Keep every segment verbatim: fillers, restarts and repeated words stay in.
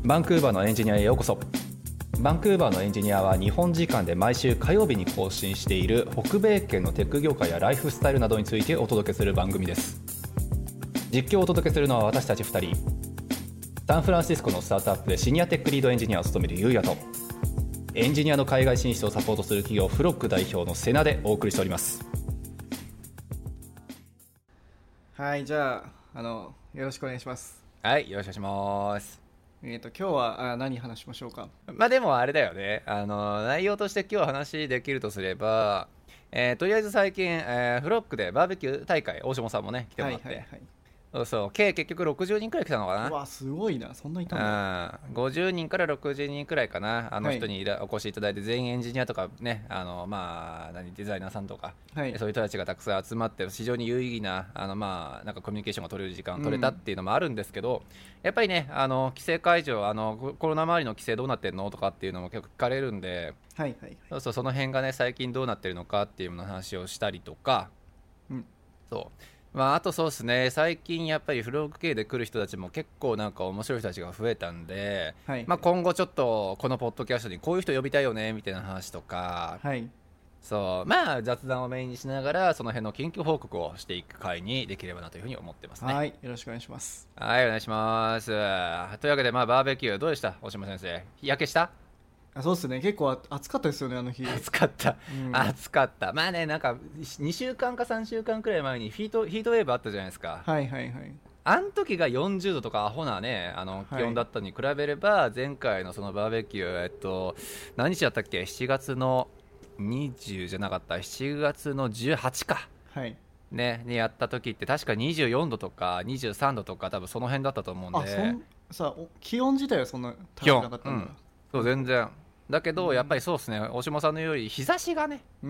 バンクーバーのエンジニアへようこそ。バンクーバーのエンジニアは日本時間で毎週火曜日に更新している北米圏のテック業界やライフスタイルなどについてお届けする番組です。実況をお届けするのは私たちふたり。サンフランシスコのスタートアップでシニアテックリードエンジニアを務めるゆうやと、エンジニアの海外進出をサポートする企業フロック代表のセナでお送りしております。 はい、じゃあ、あのよろしくお願いします。 はい、よろしくお願いします。 えーと今日はあ何話しましょうか。 まあでもあれだよね、あの内容として今日話できるとすれば、えーとりあえず最近、えーフロックでバーベキュー大会、大下さんもね来てもらって、 はいはいはい。 そうそう、計結局ろくじゅうにんくらい来たのかな。 うわすごいな、そんないたんだ。 うん、ごじゅうにんからろくじゅうにんくらいかな、あのはい人にいらお越しいただいて、全員エンジニアとかね、あのまあ何デザイナーさんとか、 はいそういう人たちがたくさん集まって非常に有意義なあのまあなんかコミュニケーションが取れる時間取れたっていうのもあるんですけど、うん、やっぱりね、あの規制解除、あのコロナ周りの規制どうなってんのとかっていうのも結構聞かれるんで、 はいはいはい、 そうそう、その辺がね最近どうなってるのかっていうの話をしたりとか、 うん、 そうまあ、あとそうですね、最近やっぱりフロック系で来る人たちも結構なんか面白い人たちが増えたんで、 はい、 まあ、今後ちょっとこのポッドキャストにこういう人呼びたいよねみたいな話とか、 はい、 そうまあ雑談をメインにしながらその辺の緊急報告をしていく回にできればなというふうに思ってますね。 はい、よろしくお願いします。 はい、お願いします。というわけで、まあ、バーベキューどうでした、大島先生。日焼けした？ あ、そうですね、結構暑かったですよね、あの日。 暑かった、うん、暑かった。まあね、なんかにしゅうかんかさんしゅうかんくらい前にヒート、ヒートウェーブあったじゃないですか。 はいはいはい。 あの時がよんじゅうどとかアホなね、あの気温だったに比べれば、はい、前回のそのバーベキュー、えっと、何日だったっけ、しちがつのにじゅうじゃなかった、しちがつのじゅうはちか、 はいね、にやった時って確かにじゅうよんどとかにじゅうさんどとか多分その辺だったと思うんで。 あ、そんさ気温自体はそんな高くなかったんだ。 うん、そう全然だけど、うん、やっぱりそうですね、大島さんのより日差しがね、 うん、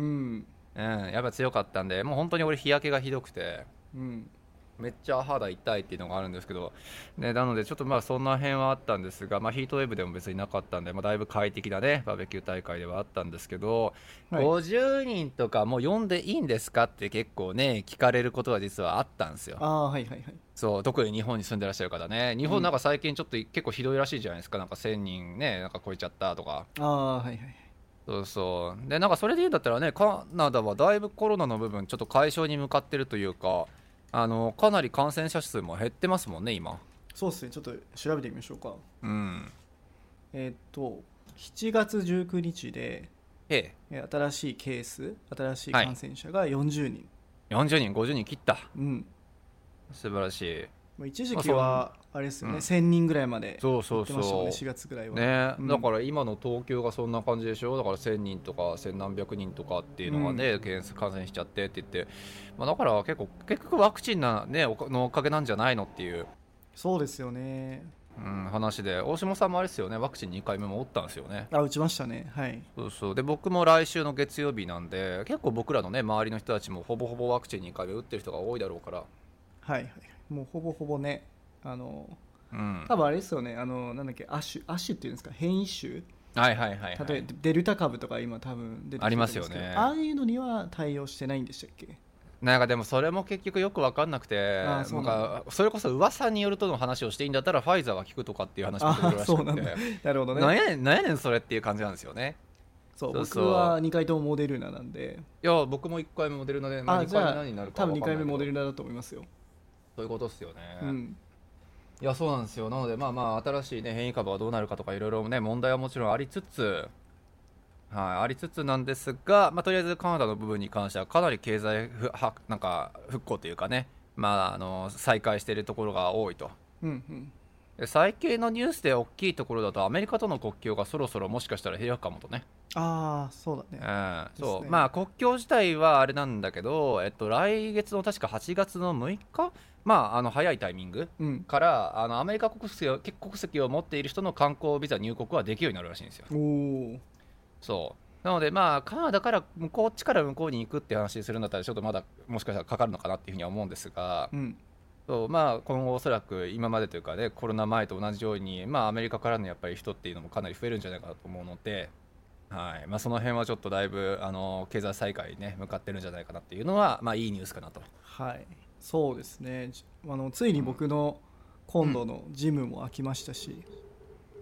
うん、やっぱ強かったんで、もう本当に俺日焼けがひどくて、 うん、 めっちゃ肌痛いっていうのがあるんですけど、ね、なのでちょっとまあそんな辺はあったんですが、まあ、ヒートウェーブでも別になかったんで、まあ、だいぶ快適なねバーベキュー大会ではあったんですけど、はい、ごじゅうにんとかもう呼んでいいんですかって結構ね聞かれることが実はあったんですよ。 あ、はいはいはい。 そう特に日本に住んでらっしゃる方ね、日本なんか最近ちょっと結構ひどいらしいじゃないですか、なんかせんにんねなんか超えちゃったとか。 ああ、はいはい。 そうそうで、なんかそれで言うんだったらね、カナダはだいぶコロナの部分ちょっと解消に向かってるというか、あのかなり感染者数も減ってますもんね今。 そうですね、ちょっと調べてみましょうか。 うん、 えー、っとしちがつじゅうくにちで、 ええ新しいケース、新しい感染者がよんじゅうにん、 はい、よんじゅうにん、ごじゅうにん切った、 うん、 素晴らしい。 一時期はあれですよね、うん、せんにんぐらいまで行ってましたもんね、しがつぐらいはね、うん、だから今の東京がそんな感じでしょ。だからせんにんとか千何百人とかっていうのがね、うん、感染しちゃってって言って、まあ、だから結構結局ワクチンな、ね、のおかげなんじゃないのっていう。 そうですよね、 うん、話で、大島さんもあれですよね、ワクチンにかいめも打ったんですよね。 あ、打ちましたね、はい。 そうそうで、僕も来週の月曜日なんで、結構僕らのね周りの人たちもほぼほぼワクチンにかいめ打ってる人が多いだろうから、 はいはい、もうほぼほぼね、あの、 うん、 多分あれですよね、あのなんだっけ、亜種、亜種っていうんですか、変異種、 はいはいはいはい、 例えばデルタ株とか今多分出てきてるんですけど、 ありますよね。 ああいうのには対応してないんでしたっけ。 なんかでもそれも結局よく分かんなくて、あ、そうなんだ。それこそ噂によるとの話をしていいんだったらファイザーは効くとかっていう話も出てくるらしくて、 な, なるほどね、 なんやねんなんやねんそれっていう感じなんですよね。 そう、そうそう、僕はにかいともモデルナなんで。 いや僕もいっかいめモデルナで、まあ、にかいめ何になるか分かんないけど、多分にかいめモデルナだと思いますよ。 そういうことですよね、 うん、 いやそうなんですよ。なのでまあまあ新しい、ね、変異株はどうなるかとかいろいろね問題はもちろんありつつ、はい、ありつつなんですが、まあ、とりあえずカナダの部分に関してはかなり経済はなんか復興というかね、まあ、あの再開しているところが多いと、 うんうん、 で最近のニュースで大きいところだとアメリカとの国境がそろそろもしかしたら開くかもとね。 ああそうだね、 うん、そう、ね、まあ国境自体はあれなんだけど、えっと、来月の確かはちがつのむいか、まあ、あの早いタイミングから、うん、あのアメリカ国籍を、国籍を持っている人の観光ビザ入国はできるようになるらしいんですよ。 おそうなので、まあ、カナダから向こうちから向こうに行くっていう話するんだったらちょっとまだもしかしたらかかるのかなっていうふうには思うんですが、うん、そうまあ、今後おそらく今までというかねコロナ前と同じように、まあ、アメリカからのやっぱり人っていうのもかなり増えるんじゃないかなと思うので、はいまあ、その辺はちょっとだいぶあの経済再開に、ね、向かってるんじゃないかなっていうのは、まあ、いいニュースかなと。 はい、そうですね。あのついに僕の今度のジムも開きましたし、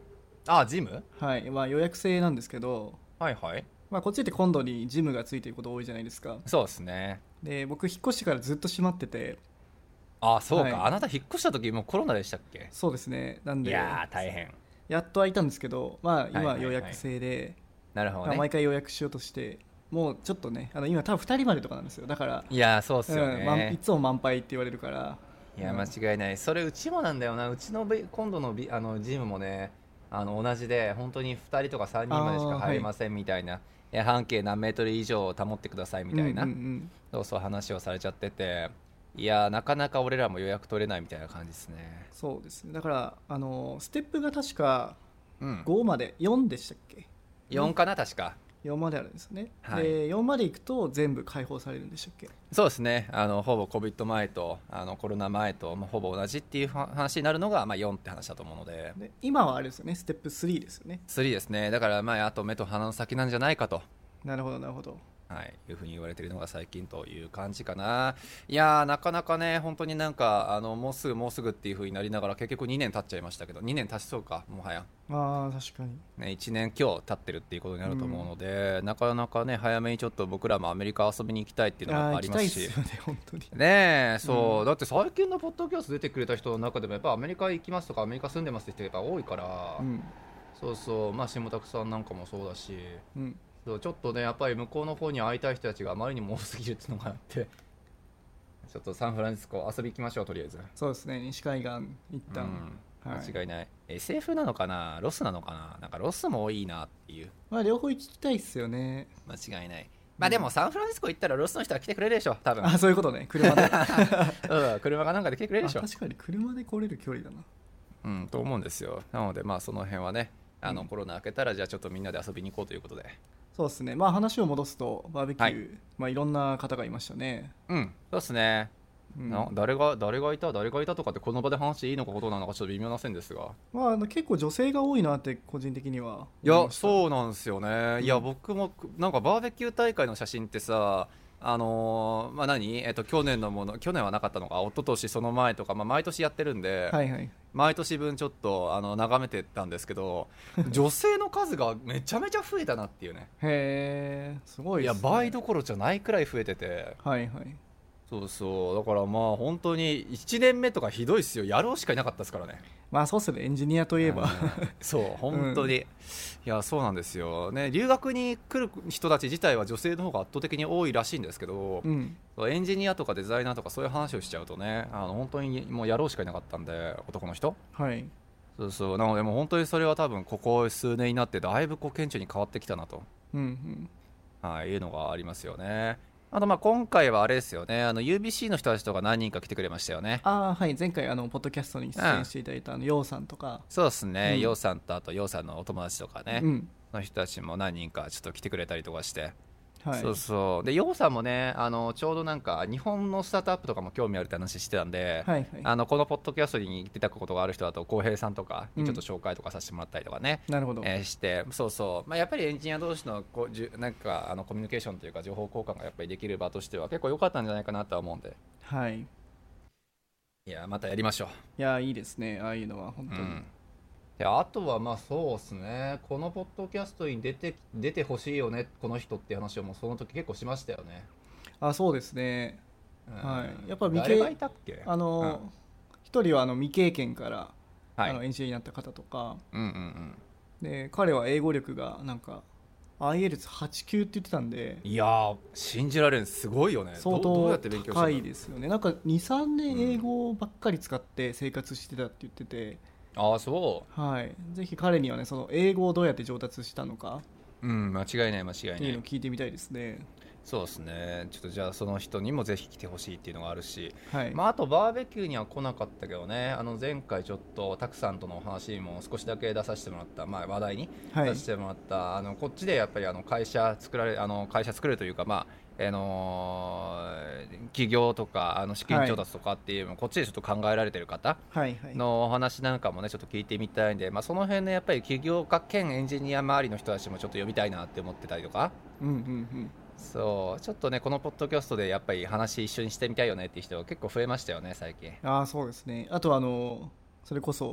あ、ジム。 はい、まあ、予約制なんですけど、 はいはい。 まあ、こっちって今度にジムがついてること多いじゃないですか。 そうですね。 で僕引っ越してからずっと閉まってて。 あ、そうか、 はい、 あなた引っ越した時もうコロナでしたっけ？ そうですね。なんでいやー大変。 やっと空いたんですけど、まあ今予約制で、 はいはいはい、なるほどね、 まあ、毎回予約しようとしてもうちょっとね、あの今多分ふたりまでとかなんですよ。だからいやそうっすよね、 うん、いつも満杯って言われるから。 いや間違いない。それうちもなんだよな。うちの今度のあのジムもね、あの同じで本当にふたりとかさんにんまでしか入れませんみたいな、はい、半径何メートル以上保ってくださいみたいな、うんうんうん、そうそう話をされちゃってて、いやなかなか俺らも予約取れないみたいな感じですね。 そうですね。だからあのステップが確かごまで、うん、よんでしたっけ？ よんかな確か。 よんまであるんですね、 はい、 でよんまで行くと全部開放されるんでしたっけ？ そうですね。あのほぼ コビッド 前とあのコロナ前と、まあ、ほぼ同じっていう話になるのが、まあ、よんって話だと思うの で, で今はあれですよね、ステップスリーですよね。 スリーですね。だから、まあ、あと目と鼻の先なんじゃないかと。 なるほどなるほど、 はい、いうふうに言われているのが最近という感じかな。いやーなかなかね、本当になんかあのもうすぐもうすぐっていうふうになりながら結局にねん経っちゃいましたけど、にねん経ちそうかもはや。 あー確かに、 ね、いちねん強経ってるっていうことになると思うので、うん、なかなかね早めにちょっと僕らもアメリカ遊びに行きたいっていうのがありますし、 行きたいですよね本当にねえ、そう、うん、だって最近のポッドキャスト出てくれた人の中でもやっぱアメリカ行きますとかアメリカ住んでますって人がやっぱ多いから、うん、そうそう、まあ下拓さんなんかもそうだし、うん、そうちょっとねやっぱり向こうの方に会いたい人たちがあまりにも多すぎるっていうのがあってちょっとサンフランシスコ遊び行きましょう。とりあえずそうですね、西海岸一旦、 うん、間違いない、はい、エスエフ なのかなロスなのかな、なんかロスもいいなっていう。 まあ両方行きたいっすよね。 間違いない。まあでもサンフランシスコ行ったらロスの人は来てくれるでしょ多分。 あ、そういうことね、車でうん、車かなんかで来てくれるでしょ。 確かに車で来れる距離だな。 うんと思うんですよ。なのでまあその辺はね、あの、うん、コロナ明けたらじゃあちょっとみんなで遊びに行こうということで。 そうですね。まあ話を戻すとバーベキュー、はい、まあいろんな方がいましたね。 うん、そうですね。うん、な誰が誰がいた誰がいたとかってこの場で話していいのかことなのかちょっと微妙な線ですが、 まあ、あの結構女性が多いなって個人的には。 いやそうなんですよね、うん、いや僕もなんかバーベキュー大会の写真ってさ、あのー、まあ何、えっと去年のもの、去年はなかったのか一昨年その前とか、まあ、毎年やってるんで、 はいはい、 毎年分ちょっとあの眺めてたんですけど女性の数がめちゃめちゃ増えたなっていうね。 へえ、すごいですね。 いや倍どころじゃないくらい増えてて、 はいはい、 そうそうだからまあ本当にいちねんめとかひどいっすよ。やろうしかいなかったですからね。 まあそうっすね、エンジニアといえば、うん、 そう本当に、うん、いやそうなんですよね。留学に来る人たち自体は女性の方が圧倒的に多いらしいんですけど、うん、エンジニアとかデザイナーとかそういう話をしちゃうとね、あの本当にもうやろうしかいなかったんで男の人、 はい、 そうそうなのでもう本当にそれは多分ここ数年になってだいぶこう顕著に変わってきたなと、うんうん、はい、いうのがありますよね。あとまあ今回はあれですよね、あの ユービーシー の人たちとか何人か来てくれましたよね。 あ、はい、前回あのポッドキャストに出演していただいた、うん、あのヨウさんとか。 そうですね、ヨウ、うん、さんとあとヨウさんのお友達とかね、うん、の人たちも何人かちょっと来てくれたりとかして、はい、そうそうでヨウさんもね、あのちょうどなんか日本のスタートアップとかも興味あるって話してたんで、はいはい、あのこのポッドキャストに出たことがある人だと浩平さんとかにちょっと紹介とかさせてもらったりとかね、 うん、なるほど、 えー、して、そうそう、まあ、やっぱりエンジニア同士のこうじゅなんかあのコミュニケーションというか情報交換がやっぱりできる場としては結構良かったんじゃないかなとは思うんで、 はい、 いやまたやりましょう。 いやいいですね、ああいうのは本当に、うん、 であとはまあそうですね、このポッドキャストに出て出てほしいよねこの人っていう話をもうその時結構しましたよね。 あ、そうですね、うん、はい、やっぱ未経誰がいたっけ、 あの一、うん、人はあの未経験から、はい、あのエンジニアになった方とか、うんうんうん、で彼は英語力がなんか アイエルツはちきゅう って言ってたんで、 いや信じられん、すごいよね。 相当高いですよね。なんか にさんねん英語ばっかり使って生活してたって言ってて、 うん、ああそう、 はい、ぜひ彼にはねその英語をどうやって上達したのか、 うん、間違いない間違いないっていうのを聞いてみたいですね。 そうですね、ちょっとじゃあその人にもぜひ来てほしいっていうのがあるし、 はい、 まあ、あとバーベキューには来なかったけどね、あの前回ちょっとタクさんとのお話にも少しだけ出させてもらった、まあ、話題に出してもらった、はい、あのこっちでやっぱりあの会社作られあの会社作るというか、まああのー、企業とかあの資金調達とかっていうのをこっちでちょっと考えられてる方のお話なんかもねちょっと聞いてみたいんで、まあ、その辺のやっぱり起業家兼エンジニア周りの人たちもちょっと呼びたいなって思ってたりとか、 うんうんうん、 そうちょっとねこのポッドキャストでやっぱり話一緒にしてみたいよねっていう人が結構増えましたよね最近。 ああそうですね。あとあのそれこそ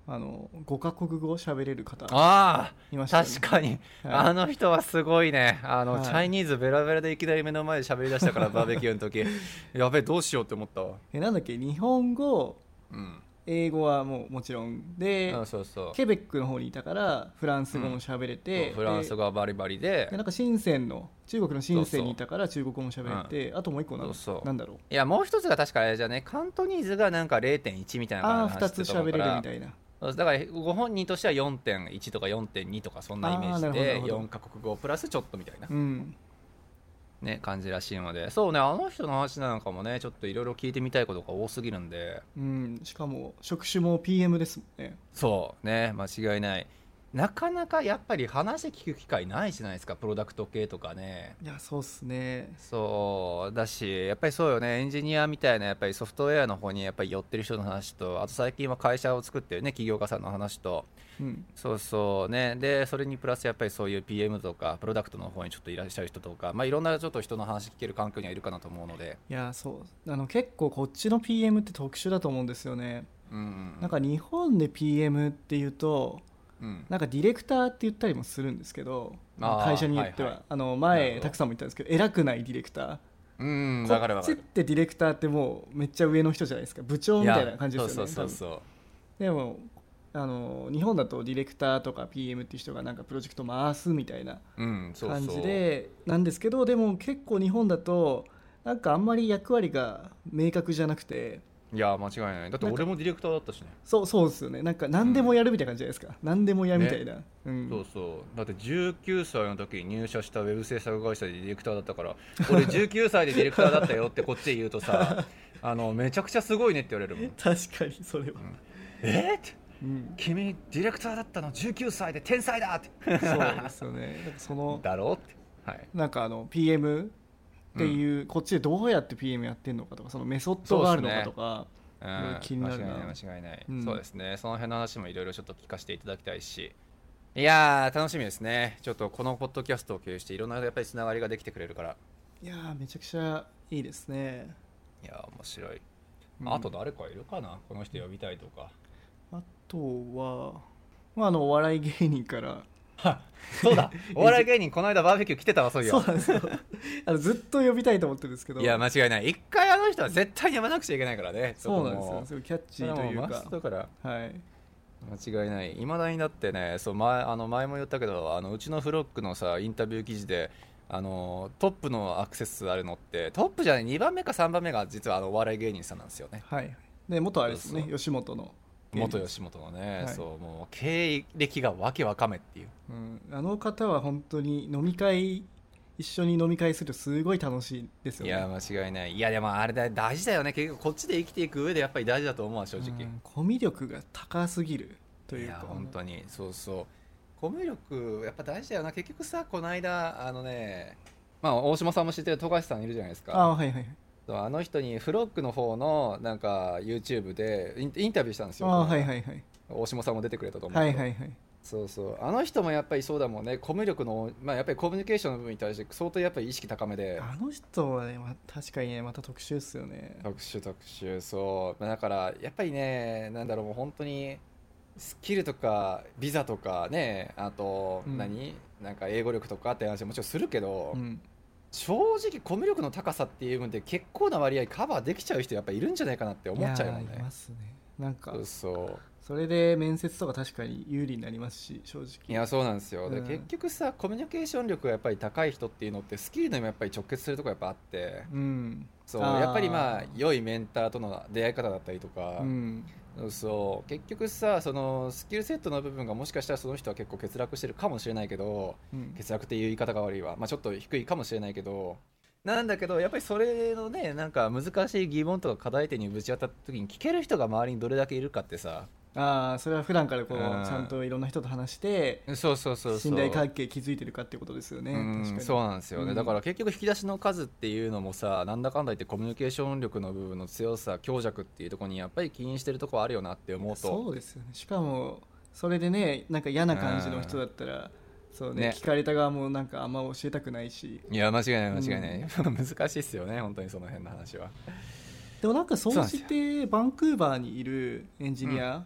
あのごカ国語喋れる方あいましたね。 確かに、はい、あの人はすごいね。あの、はい、チャイニーズベラベラでいきなり目の前で喋り出したからバーベキューの時やべえどうしようって思ったわ。 えなんだっけ日本語、うん、英語はもうもちろんで、 あそうそうケベックの方にいたからフランス語も喋れて、 うん、フランス語はバリバリ で, でなんか深センの中国の深センにいたから中国語も喋れて、うん、あともう一個なんそうそうなんだろういやもう一つが確かあれじゃねカントニーズがなんか れいてんいち みたいな感じで話してたから、あふたつ喋れるみたいな。だからご本人としては よんてんいち とか よんてんに とかそんなイメージでよんカ国語プラスちょっとみたいな、うんね、感じらしいので、そうねあの人の話なんかもねちょっといろいろ聞いてみたいことが多すぎるんで、 うん、しかも職種も ピーエム ですもんね。 そうね間違いない。なかなかやっぱり話聞く機会ないじゃないですかプロダクト系とかね。 いやそうっすね。 そうだしやっぱりそうよねエンジニアみたいなやっぱりソフトウェアの方にやっぱり寄ってる人の話と、あと最近は会社を作ってるね起業家さんの話と、うん、そうそうねでそれにプラスやっぱりそういう ピーエム とかプロダクトの方にちょっといらっしゃる人とか、まあ、いろんなちょっと人の話聞ける環境にはいるかなと思うので。 いやそうあの結構こっちの ピーエム って特殊だと思うんですよね、うんうん、なんか日本で ピーエム っていうとうん、なんかディレクターって言ったりもするんですけど会社によっては、はいはい、あの前たくさんも言ったんですけど偉くないディレクター、うんこっちってディレクターってもうめっちゃ上の人じゃないですか部長みたいな感じですよね。そうそうそうそうでもあの日本だとディレクターとか ピーエム っていう人がなんかプロジェクト回すみたいな感じでなんですけど、でも結構日本だとなんかあんまり役割が明確じゃなくて、 いや間違いない。だって俺もディレクターだったしね。 そうそうですよね。なんか何でもやるみたいな感じじゃないですか、うん、何でもやみたいな、ねうん、そうそうだってじゅうきゅうさいの時に入社したウェブ制作会社でディレクターだったから俺じゅうきゅうさいでディレクターだったよってこっちで言うとさあのめちゃくちゃすごいねって言われるもん。 確かにそれは、うん、 えー、って、うん、君ディレクターだったのじゅうきゅうさいで天才だってそうですよね。なんかそのだろうって、はい、 なんかあの ピーエム っていう、うん、こっちでどうやって ピーエム やってんのかとかそのメソッドがあるのかとか、 うん、気になるな。間違いない間違いない、うん、そうですね。その辺の話もいろいろちょっと聞かせていただきたいし、いやー楽しみですね。ちょっとこのポッドキャストを経由していろんなやっぱりつながりができてくれるから、 いやーめちゃくちゃいいですね。 いやー面白い、うん、あと誰かいるかなこの人呼びたいとか。 あとは、まあ、あのお笑い芸人からそうだお笑い芸人この間バーベキュー来てたわ。そういやそうなんですよあのずっと呼びたいと思ってるんですけど、 いや間違いない。一回あの人は絶対に呼ばなくちゃいけないからね。 そうなんですよ。すごいキャッチーというかマストから、 はい、 間違いない。いまだにだってねそう 前, あの前も言ったけどあのうちのフロックのさインタビュー記事であのトップのアクセスあるのってトップじゃないにばんめかさんばんめが実はあのお笑い芸人さんなんですよね。 はいで元あれですね吉本の元吉本のね、はい、そうもう経歴がわけわかめっていう、 うん、あの方は本当に飲み会一緒に飲み会するとすごい楽しいですよね。 いや間違いない。いやでもあれだ大事だよね。結局こっちで生きていく上でやっぱり大事だと思うわ正直、うん、 コミュ力が高すぎるというか。いや本当にそうそうコミュ力やっぱ大事だよな。結局さこの間あのねまあ大島さんも知ってる富樫さんいるじゃないですか。 あはいはいあの人にフロックの方のなんか YouTube でイン、インタビューしたんですよ。 あはいはいはい。 大島さんも出てくれたと思う。 はいはいはい。 そうそうあの人もやっぱりそうだもんね。コミュ力のまあやっぱりコミュニケーションの部分に対して相当やっぱり意識高めで。 あの人はね、まあ、確かにねまた特殊ですよね。 特殊特殊そうだからやっぱりねなんだろうもう本当にスキルとかビザとかねあと何、うん、なんか英語力とかって話はもちろんするけど。うん正直コミュ力の高さっていう部分で結構な割合カバーできちゃう人やっぱいるんじゃないかなって思っちゃうよね。 いやいますね。なんかそうそうそれで面接とか確かに有利になりますし正直。 いやそうなんですよ、うん、で結局さコミュニケーション力がやっぱり高い人っていうのってスキルでもやっぱり直結するところやっぱあって、うん、そうやっぱりまあ良いメンターとの出会い方だったりとか、うんそう結局さそのスキルセットの部分がもしかしたらその人は結構欠落してるかもしれないけど、うん、欠落っていう言い方が悪いわ、まあ、ちょっと低いかもしれないけどなんだけどやっぱりそれのねなんか難しい疑問とか課題点にぶち当たった時に聞ける人が周りにどれだけいるかってさああそれは普段からこう、うん、ちゃんといろんな人と話してそうそうそうそう信頼関係築いてるかっていうことですよね。 うん確かにそうなんですよね、うん、だから結局引き出しの数っていうのもさなんだかんだ言ってコミュニケーション力の部分の強さ強弱っていうところにやっぱり起因してるところあるよなって思うとそうですよね。しかもそれでねなんか嫌な感じの人だったら、うんそうね、ね聞かれた側もなんかあんま教えたくないしいや間違いない間違いない、うん、難しいっすよね本当にその辺の話は。 でもなんかそうしてバンクーバーにいるエンジニア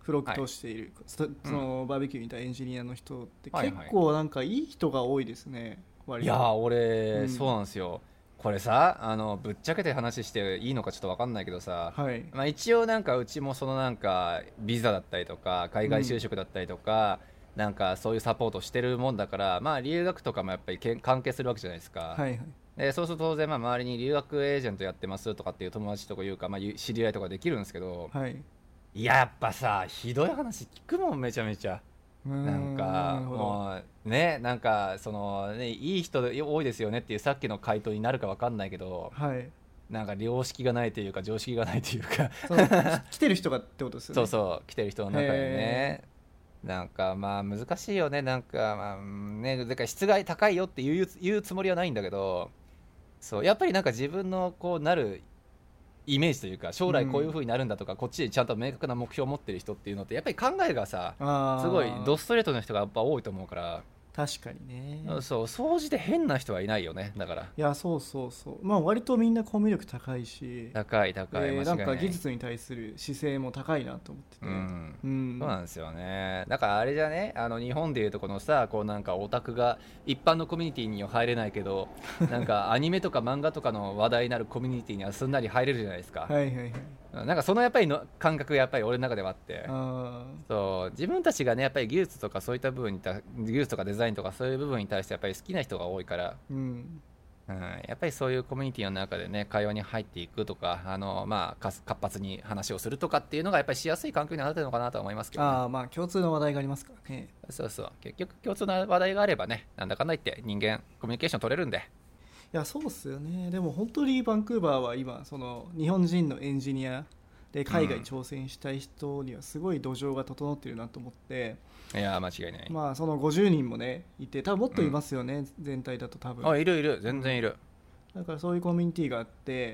フロック通している、はい、そのバーベキューにいたエンジニアの人って結構なんかいい人が多いですね、 はいはい、いや俺、うん、そうなんですよ。これさ、あのぶっちゃけて話していいのかちょっと分かんないけどさ、はい、まあ、一応なんかうちもそのなんかビザだったりとか海外就職だったりとか、うん、なんかそういうサポートしてるもんだから、まあ、留学とかもやっぱり関係するわけじゃないですか、はいはい、でそうすると当然まあ周りに留学エージェントやってますとかっていう友達とかいうか、まあ、知り合いとかできるんですけど、はい、いややっぱさひどい話聞くもんめちゃめちゃ。なんかもうね、なんかそのね、いい人多いですよねっていうさっきの回答になるか分かんないけど、はい、なんか良識がないというか常識がないというか来てる人がってことですよね。 そうそう来てる人の中にね、なんかまあ難しいよね。なんかまあね、だから質が高いよって言う、言うつもりはないんだけど、そうやっぱりなんか自分のこうなるイメージというか将来こういう風になるんだとか、うん、こっちでちゃんと明確な目標を持ってる人っていうのってやっぱり考えがさすごいドストレートの人がやっぱ多いと思うから。 確かにね。 そう総じて変な人はいないよね。だからいやそうそうそう、まあ割とみんなコミュ力高いし、 高い高い、間違いない。 なんか技術に対する姿勢も高いなと思ってて、うんうん、そうなんですよね。だからあれじゃね、あの日本でいうとこのさ、こうなんかオタクが一般のコミュニティには入れないけどなんかアニメとか漫画とかの話題になるコミュニティにはすんなり入れるじゃないですか。はいはいはい。なんかそのやっぱりの感覚がやっぱり俺の中ではあって、あそう自分たちがねやっぱり技術とかそういった部分にた技術とかデザインとかそういう部分に対してやっぱり好きな人が多いから、うんうん、やっぱりそういうコミュニティの中でね会話に入っていくとか、あの、まあ、活発に話をするとかっていうのがやっぱりしやすい環境になってるのかなと思いますけど、ね、 あまあ共通の話題がありますからね。 そうそう結局共通の話題があればねなんだかんだ言って人間コミュニケーション取れるんで。 いやそうっすよね。でも本当にバンクーバーは今その日本人のエンジニアで海外に挑戦したい人にはすごい土壌が整っているなと思って、 うん、いや間違いない。 まあそのごじゅうにんもねいて、多分もっといますよね、うん、全体だと多分。 あいるいる全然いる。 だからそういうコミュニティがあって、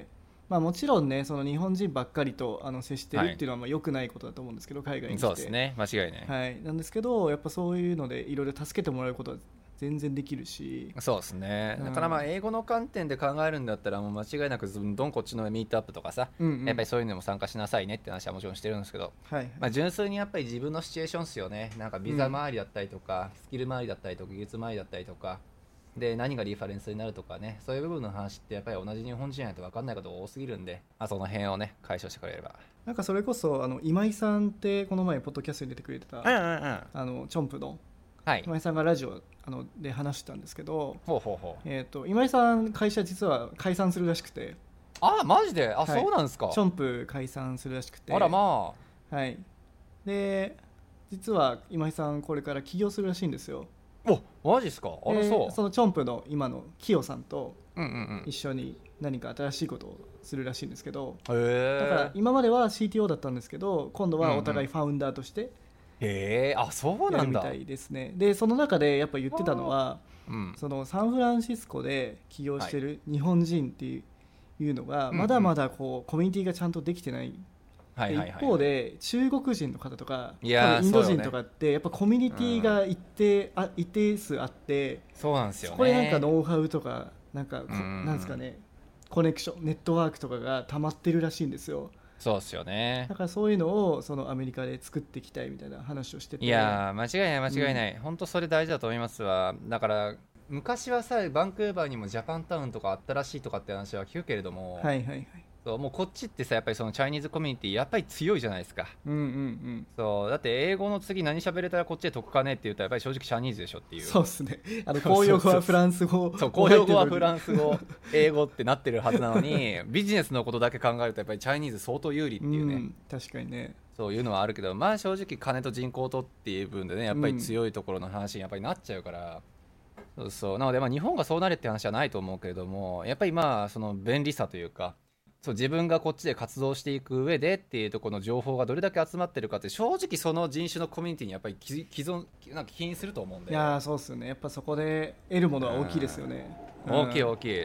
まあ、もちろんねその日本人ばっかりとあの接してるっていうのはまあ良くないことだと思うんですけど、海外に来て。 そうですね間違いない、 はい、なんですけどやっぱそういうのでいろいろ助けてもらうことは全然できるし。 そうですね、うん、だからまあ英語の観点で考えるんだったらもう間違いなくどんどんこっちのミートアップとかさ、うんうん、やっぱりそういうのも参加しなさいねって話はもちろんしてるんですけど、はいはい、まあ、純粋にやっぱり自分のシチュエーションですよね。なんかビザ周りだったりとか、うん、スキル周りだったりとか技術周りだったりとかで何がリファレンスになるとかね、そういう部分の話ってやっぱり同じ日本人じゃないと分かんないことが多すぎるんで、まあ、その辺をね解消してくれれば。 なんかそれこそあの今井さんってこの前ポッドキャストに出てくれてた、うんうんうん、あのチョンプの、はい、今井さんがラジオあので話してたんですけど、ほうほうほう、えー、と今井さん会社実は解散するらしくて。 あマジで。あ、はい、そうなんですか。 チョンプ解散するらしくて。 あらまあ。はい。で実は今井さんこれから起業するらしいんですよ。 おマジですか。あらそう。 そのチョンプの今のキヨさんと一緒に何か新しいことをするらしいんですけど、うんうん、だから今までは シーティーオー だったんですけど今度はお互いファウンダーとしてへえ、あ、そうなんだ。 やるみたいですね。でその中でやっぱ言ってたのは、うん、そのサンフランシスコで起業してる日本人っていうのがまだまだこうコミュニティがちゃんとできてない、はいはいはい、一方で中国人の方とかインド人とかってやっぱコミュニティが一定、うん、あ一定数あって、 そうなんですよね。 そこでなんかノウハウとかなんかこ、うん、なんですかね、コネクションネットワークとかが溜まってるらしいんですよ。 そうですよね。 だからそういうのをそのアメリカで作っていきたいみたいな話をしてて、 いや間違いない間違いない、うん、本当それ大事だと思いますわ。だから昔はさバンクーバーにもジャパンタウンとかあったらしいとかって話は聞くけれども、はいはいはい、そうもうこっちってさやっぱりそのチャイニーズコミュニティやっぱり強いじゃないですか、うんうんうん、そうだって英語の次何喋れたらこっちで得かねって言ったらやっぱり正直チャイニーズでしょっていう。 そうですね、あの公用語はフランス語そう公用語はフランス語英語ってなってるはずなのにビジネスのことだけ考えるとやっぱりチャイニーズ相当有利っていうね、うん、 確かにねそういうのはあるけど、まあ正直金と人口とっていう部分でねやっぱり強いところの話にやっぱりなっちゃうから、うん、そうそうなのでまあ日本がそうなれって話はないと思うけれども、やっぱりまあその便利さというかそう自分がこっちで活動していく上でっていうところの情報がどれだけ集まってるかって正直その人種のコミュニティにやっぱり既存なんか起因すると思うんで。 いやそうっすよね。やっぱそこで得るものは大きいですよね、 うん、大きい大きい。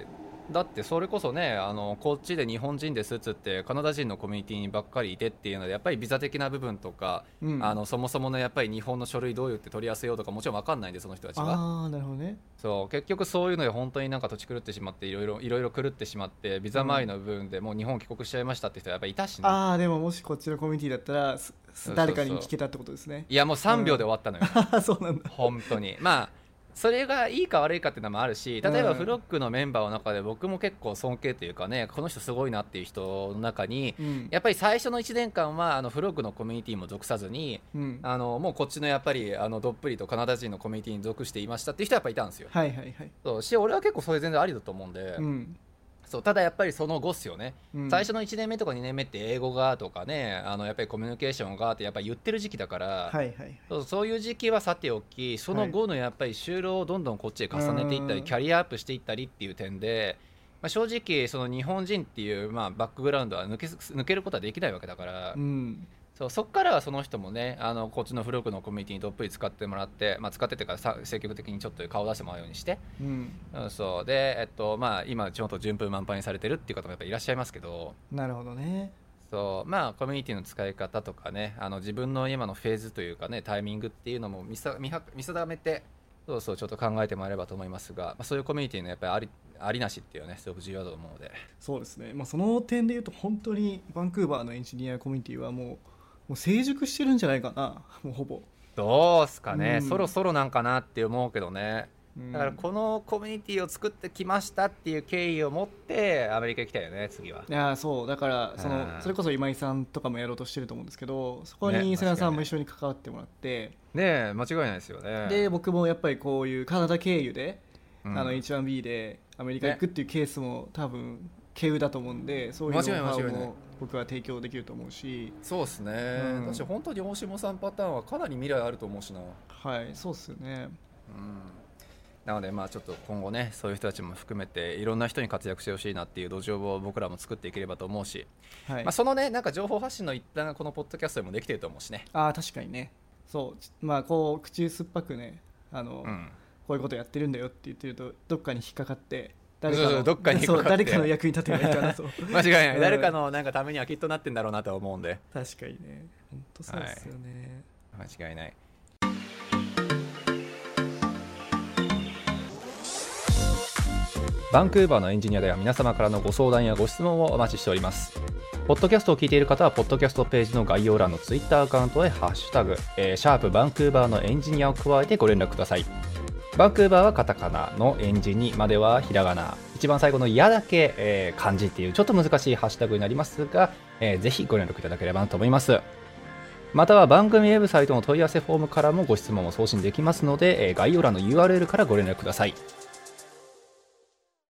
だってそれこそね、あのこっちで日本人ですっつってカナダ人のコミュニティにばっかりいてっていうので、やっぱりビザ的な部分とか、うん、あのそもそものやっぱり日本の書類どう言って取りやすいよとかもちろん分かんないんで、その人たちは。 あ、なるほどね。 そう結局そういうので本当になんか土地狂ってしまって、いろいろいろいろ狂ってしまって、ビザ周りの部分でもう日本帰国しちゃいましたって人はやっぱりいたしね。 ああ、でももしこっちのコミュニティだったら誰かに聞けたってことですね。 いやもうさんびょうで終わったのよ、 うん、そうなんだ本当に。まあそれがいいか悪いかっていうのもあるし、例えばフロックのメンバーの中で僕も結構尊敬というかね、この人すごいなっていう人の中に、うん、やっぱり最初のいちねんかんはあのフロックのコミュニティも属さずに、うん、あのもうこっちのやっぱりあのどっぷりとカナダ人のコミュニティに属していましたっていう人はやっぱりいたんですよ。 はいはいはい。 そうし、俺は結構それ全然ありだと思うんで、うん、そうただやっぱりその後っすよね、うん、最初のいちねんめとかにねんめって英語がとかね、あのやっぱりコミュニケーションがってやっぱり言ってる時期だから、はいはいはい、そうそういう時期はさておき、その後のやっぱり就労をどんどんこっちへ重ねていったり、キャリアアップしていったりっていう点で、まあ、正直その日本人っていう、まあ、バックグラウンドは抜け、抜けることはできないわけだから、うん、そうそっからはその人もね、あのこっちのフロックのコミュニティにどっぷり使ってもらって、まあ、使ってっていうかさ積極的にちょっと顔出してもらうようにして、うん、そうで、えっとまあ、今ちょっと順風満帆にされてるっていう方もやっぱりいらっしゃいますけど。 なるほどね。 そうまあ、コミュニティの使い方とかね、あの自分の今のフェーズというかね、タイミングっていうのも見さ見は見定めて、そうそうちょっと考えてもらえればと思いますが、まあ、そういうコミュニティのやっぱりありありなしっていうね、すごく重要だと思うので。 そうですね、まあ、その点でいうと本当にバンクーバーのエンジニアコミュニティはもうもう成熟してるんじゃないかな、もうほぼ。 どうすかね、うん、そろそろなんかなって思うけどね。だからこのコミュニティを作ってきましたっていう経緯を持ってアメリカ行きたいよね、次は。 いやそうだからそのそれこそ今井さんとかもやろうとしてると思うんですけど、そこに瀬名さんも一緒に関わってもらってね、間違いないですよね。 で僕もやっぱりこういうカナダ経由で、うん、あの エイチワンビー でアメリカ行くっていうケースも多分経由だと思うんで、そういうノウハウも僕は提供できると思うし。 そうですね、うん、私本当に大下さんパターンはかなり未来あると思うしな。 はい、そうっすよね、 うん、なのでまあちょっと今後ね、そういう人たちも含めていろんな人に活躍してほしいなっていう土壌を僕らも作っていければと思うし、はい、まあ、そのねなんか情報発信の一端がこのポッドキャストでもできてると思うしね。 ああ確かにね、そうまあこう口酸っぱくね、あの、うん、こういうことやってるんだよって言ってるとどっかに引っかかって誰かの、そうそうどっかに引っかかって誰かの役に立てばいいかなと間違いない、うん、誰かのなんかためにはきっとなってんだろうなと思うんで。 確かにね、本当そうですよね、 はい、間違いない。バンクーバーのエンジニアでは皆様からのご相談やご質問をお待ちしております。ポッドキャストを聞いている方はポッドキャストページの概要欄のツイッターアカウントへハッシュタグ、えー、シャープバンクーバーのエンジニアを加えてご連絡ください。バンクーバーはカタカナのエンジニまではひらがな、一番最後のやだけ、えー、漢字っていうちょっと難しいハッシュタグになりますが、えー、ぜひご連絡いただければなと思います。または番組ウェブサイトの問い合わせフォームからもご質問を送信できますので、えー、概要欄の ユーアールエル からご連絡ください。